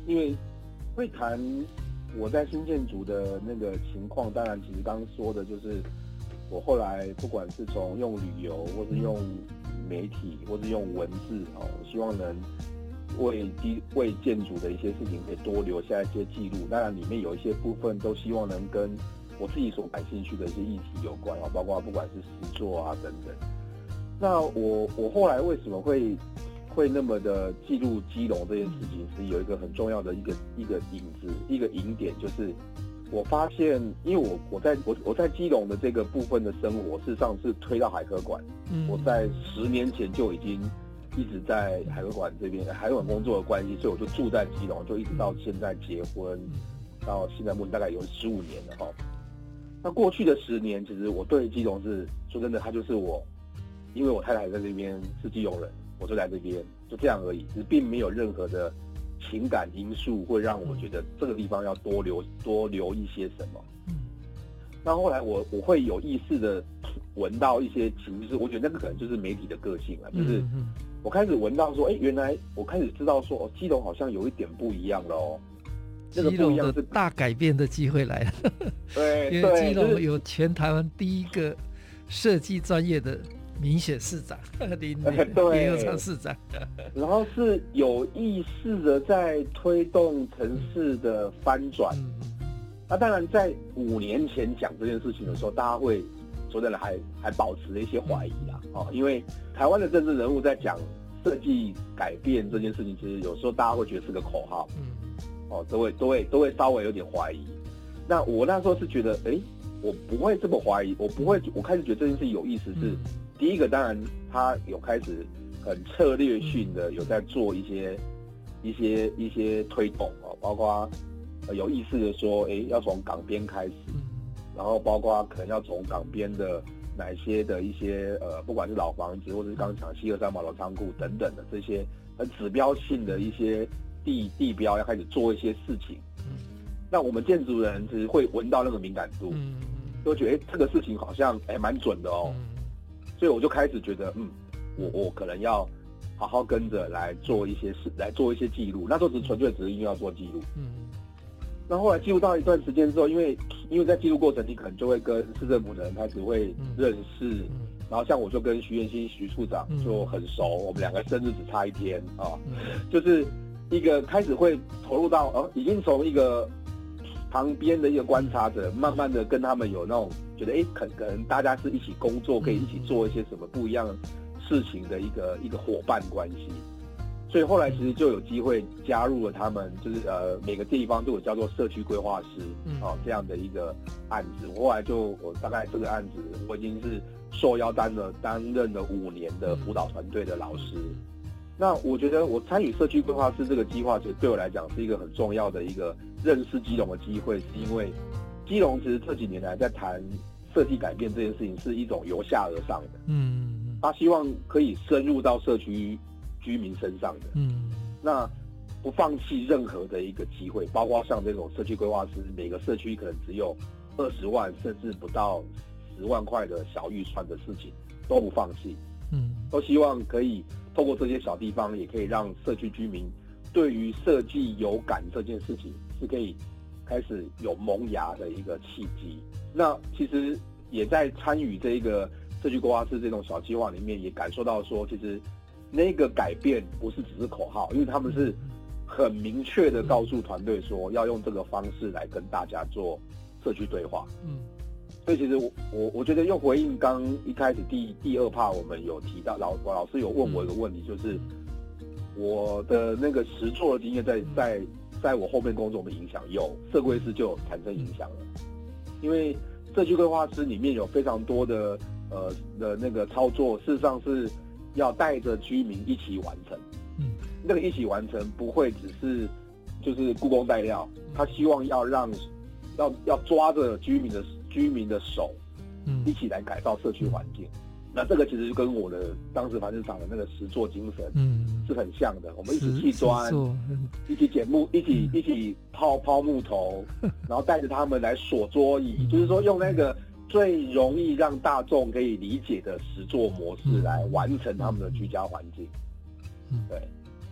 因为会谈我在新建筑的那个情况，当然其实刚刚说的就是我后来不管是从用旅游，或是用媒体，或是用文字我希望能为建筑的一些事情可以多留下一些记录。当然里面有一些部分都希望能跟我自己所感兴趣的一些议题有关包括不管是实作啊等等。那我后来为什么会那么的记录基隆这件事情，是有一个很重要的一个影子，一个引点，就是我发现，因为我在基隆的这个部分的生活，事实上是推到海科馆。我在10年前就已经一直在海科馆这边，海科馆工作的关系，所以我就住在基隆，就一直到现在结婚，到现在目前大概有15年了哈。那过去的10年，其实我对基隆是说真的，它就是我，因为我太太在这边是基隆人，我就来这边，就这样而已，其实并没有任何的情感因素会让我觉得这个地方要多留一些什么。那后来我会有意识的闻到一些情绪，我觉得那个可能就是媒体的个性了，就是我开始闻到说，原来我开始知道说，基隆好像有一点不一样了哦。 基隆的大改变的机会来了， 对， 因为基隆有全台湾第一个设计专业的民选市长林右昌市长， 然后是有意识的在推动城市的翻转。那当然，在5年前讲这件事情的时候，大家会说真的还保持了一些怀疑啦，因为台湾的政治人物在讲设计改变这件事情，其实有时候大家会觉得是个口号，都会稍微有点怀疑。那我那时候是觉得，我不会这么怀疑，我开始觉得这件事有意思是。第一个当然，他有开始很策略性的有在做一些推动包括有意识的说，要从港边开始，然后包括可能要从港边的哪些的一些不管是老房子或者是刚刚讲西河三码头仓库等等的这些很指标性的一些地标要开始做一些事情。那我们建筑人其实会闻到那个敏感度，就觉得这个事情好像蛮准的哦。所以我就开始觉得，我可能要好好跟着来做一些事，来做一些记录。那时候纯粹只是因为要做记录。那后来记录到一段时间之后，因为在记录过程，你可能就会跟市政府的人开始会认识，然后像我就跟徐元新徐处长就很熟，我们2个生日只差1天就是一个开始会投入到已经从一个旁边的一个观察者，慢慢的跟他们有那种觉得可能大家是一起工作，可以一起做一些什么不一样事情的一个伙伴关系。所以后来其实就有机会加入了他们，就是每个地方都有叫做社区规划师这样的一个案子。我后来我大概这个案子我已经是受邀担任了5年的辅导团队的老师。那我觉得我参与社区规划师这个计划，其实对我来讲是一个很重要的一个认识基隆的机会，是因为基隆其实这几年来在谈设计改变这件事情是一种由下而上的，他希望可以深入到社区居民身上的，那不放弃任何的一个机会，包括像这种社区规划师，每个社区可能只有20万甚至不到10万块的小预算的事情都不放弃，都希望可以透过这些小地方，也可以让社区居民对于设计有感这件事情是可以开始有萌芽的一个契机。那其实也在参与这个社区规划师这种小计划里面，也感受到说，其实那个改变不是只是口号，因为他们是很明确的告诉团队说，要用这个方式来跟大家做社区对话。所以其实我觉得又回应刚一开始第2 part 我们有提到老师有问我一个问题，就是我的那个实作的经验在我后面工作的影响，有社规师就有产生影响了，因为社区规划师里面有非常多的那个操作，事实上是要带着居民一起完成。那个一起完成不会只是就是雇工带料，他希望要抓着居民的手，一起来改造社区环境。那这个其实跟我的当时凡士厂的那个实作精神是很像的。我们一起砌砖，一起剪木，一起抛木头，然后带着他们来锁桌椅，就是说用那个最容易让大众可以理解的实作模式来完成他们的居家环境。对。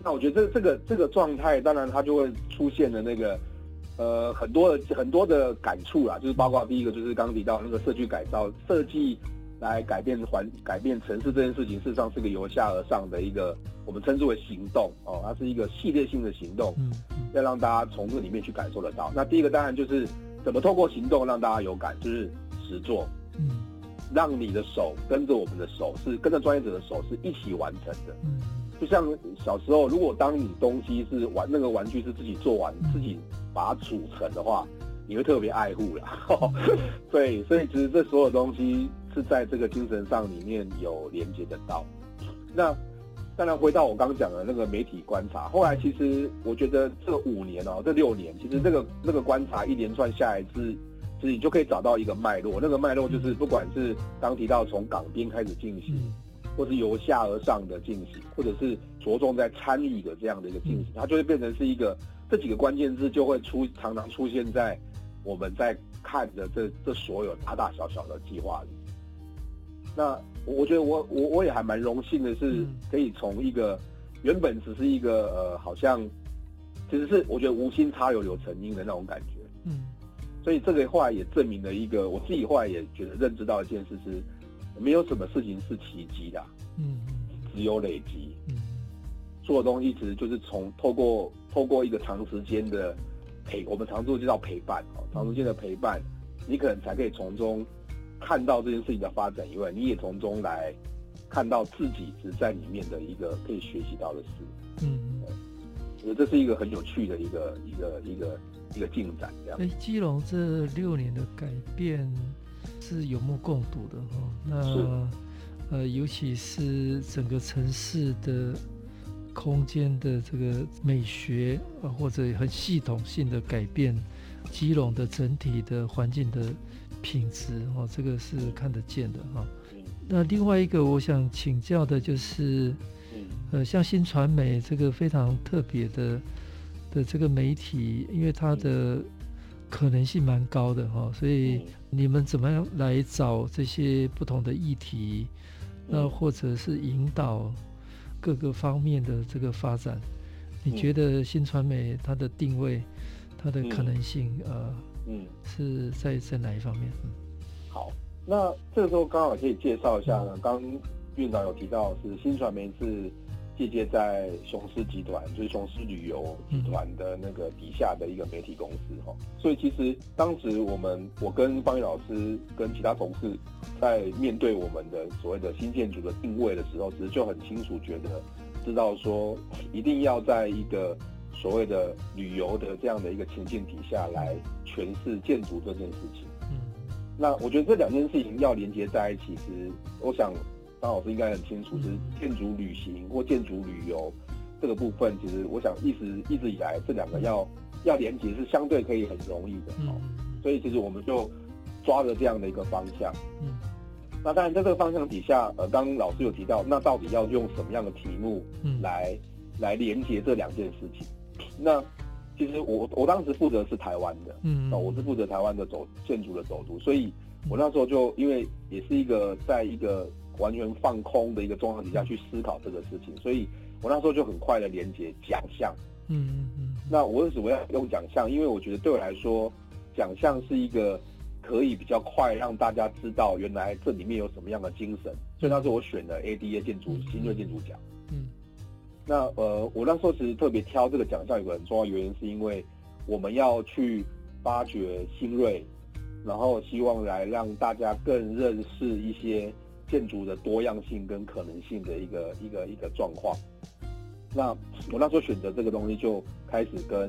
那我觉得这个状态，当然它就会出现了那个很多的感触啦，就是包括第一个就是刚提到那个社区改造设计来改变城市这件事情，事实上是个由下而上的一个我们称之为行动哦，它是一个系列性的行动，要让大家从这里面去感受得到。那第一个当然就是怎么透过行动让大家有感，就是实作，让你的手跟着我们的手是跟着专业者的手是一起完成的。就像小时候，如果当你东西是那个玩具是自己做完，自己把它组成的话，你会特别爱护啦。所以其实这所有东西是在这个精神上里面有连接得到。那当然回到我刚讲的那个媒体观察，后来其实我觉得这5年这6年，其实那个观察一连串下来其实你就可以找到一个脉络。那个脉络就是不管是刚提到从港边开始进行，或是由下而上的进行，或者是着重在参与的这样的一个进行，它就会变成是一个这几个关键字就会常常出现在我们在看的这所有大大小小的计划里。那我觉得我也还蛮荣幸的是，可以从一个原本只是一个好像其实是我觉得无心插柳柳成荫的那种感觉。所以这个后来也证明了一个我自己后来也觉得认知到一件事是，没有什么事情是奇迹的，只有累积。做的东西其实就是透过一个长时间的我们常说就叫陪伴，长时间的陪伴，你可能才可以从中看到这件事情的发展以外，你也从中来看到自己只在里面的一个可以学习到的事。我觉得这是一个很有趣的一个进展。这样。 基隆这6年的改变是有目共睹的哈。那尤其是整个城市的空间的这个美学或者很系统性的改变，基隆的整体的环境的品质这个是看得见的哈。那另外一个我想请教的就是像新传媒这个非常特别的这个媒体，因为它的可能性蛮高的哈，所以你们怎么样来找这些不同的议题，那或者是引导各个方面的这个发展？你觉得新传媒它的定位、它的可能性是在哪一方面？ 好，那这个时候刚好可以介绍一下呢。刚院长有提到是新传媒是借鉴在雄狮集团，就是雄狮旅游集团的那个底下的一个媒体公司哈。所以其实当时我跟方宇老师跟其他同事在面对我们的所谓的新建筑的定位的时候，其实就很清楚知道说一定要在一个所谓的旅游的这样的一个情境底下来诠释建筑这件事情。那我觉得这两件事情要连接在一起，其实我想张老师应该很清楚，是建筑旅行或建筑旅游这个部分，其实我想一直以来这两个要连接是相对可以很容易的。所以其实我们就抓着这样的一个方向。那当然在这个方向底下，刚刚老师有提到，那到底要用什么样的题目来连接这两件事情？那其实我当时负责是台湾的，我是负责台湾的建筑的走读，所以我那时候就因为也是一个在一个完全放空的一个状况底下去思考这个事情，所以我那时候就很快的连接奖项。那我为什么要用奖项？因为我觉得对我来说，奖项是一个可以比较快让大家知道原来这里面有什么样的精神，所以那时候我选了 ADA 新锐建筑奖。那我那时候其实特别挑这个奖项，有个很重要的原因，是因为我们要去发掘新锐，然后希望来让大家更认识一些建筑的多样性跟可能性的一个状况。那我那时候选择这个东西，就开始跟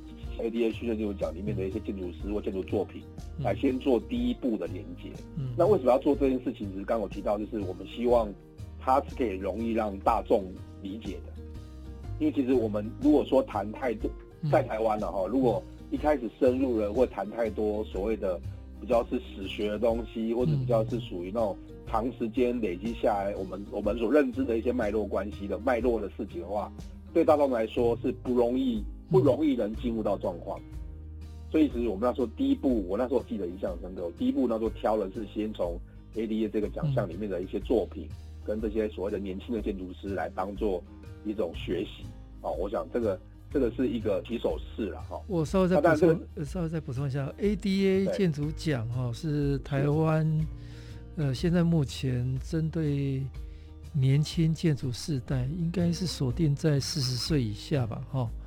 ADA 新锐建筑奖里面的一些建筑师或建筑作品来先做第一步的连接。那为什么要做这件事情？其实刚刚我提到，就是我们希望它是可以容易让大众理解的。因为其实我们如果说谈太多，在台湾了哈，如果一开始深入了或谈太多所谓的比较是史学的东西，或者比较是属于那种长时间累积下来我们所认知的一些脉络关系的脉络的事情的话，对大众来说是不容易能进入到状况。所以其实我们那时候第一步，我那时候记得印象深刻，第一步那时候挑的是先从 ADA 这个奖项里面的一些作品，跟这些所谓的年轻的建筑师来当做一种学习。 我想这个是一个起手式了哈。 我稍微再补充一下 ，ADA 建筑奖是台湾现在目前针对年轻建筑世代，应该是锁定在40岁以下吧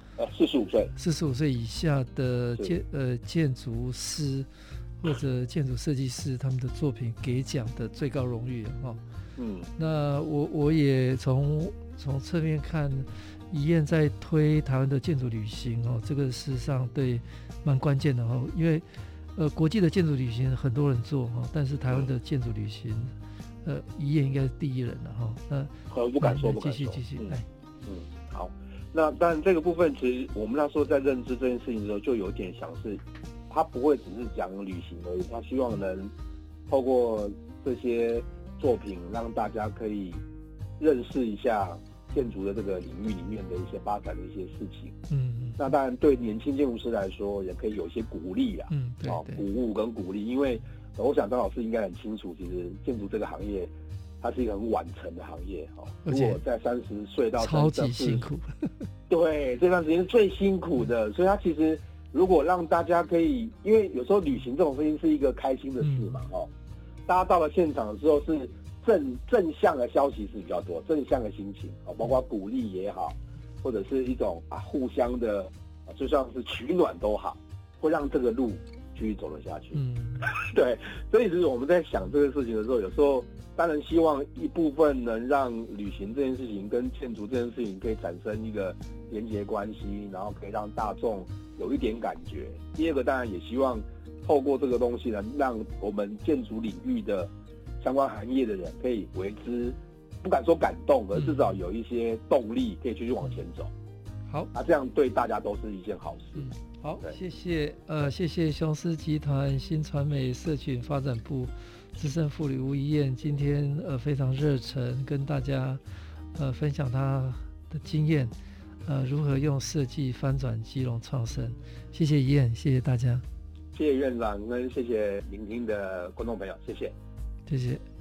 ，45岁以下的建筑师或者建筑设计师他们的作品给奖的最高荣誉那我也从侧面看，宜燕在推台湾的建筑旅行这个事实上对蛮关键的因为国际的建筑旅行很多人做但是台湾的建筑旅行宜燕应该是第一人了那不敢说， 继续来。 好，那当然这个部分其实我们那时候在认知这件事情的时候，就有点像是他不会只是讲旅行而已，他希望能透过这些作品让大家可以认识一下建筑的这个领域里面的一些发展的一些事情。那当然对年轻建筑师来说也可以有一些鼓励啦，鼓舞跟鼓励，因为我想张老师应该很清楚，其实建筑这个行业它是一个很晚成的行业如果在30岁到超级辛苦对，这段时间是最辛苦的，所以它其实如果让大家可以，因为有时候旅行这种事情是一个开心的事嘛大家到了现场的时候是正向的消息是比较多，正向的心情包括鼓励也好，或者是一种互相的就像是取暖都好，会让这个路继续走得下去对，所以其实我们在想这个事情的时候，有时候当然希望一部分能让旅行这件事情跟建筑这件事情可以产生一个连结关系，然后可以让大众有一点感觉。第二个当然也希望透过这个东西呢，让我们建筑领域的相关行业的人可以为之不敢说感动，而至少有一些动力可以继续往前走。 好， 这样对大家都是一件好事。 好，谢谢雄狮集团新传媒社群发展部资深副理吴宜燕，今天非常热忱跟大家分享他的经验，如何用设计翻转基隆创生。谢谢宜燕，谢谢大家， 谢谢院长跟谢谢聆听的观众朋友，谢谢。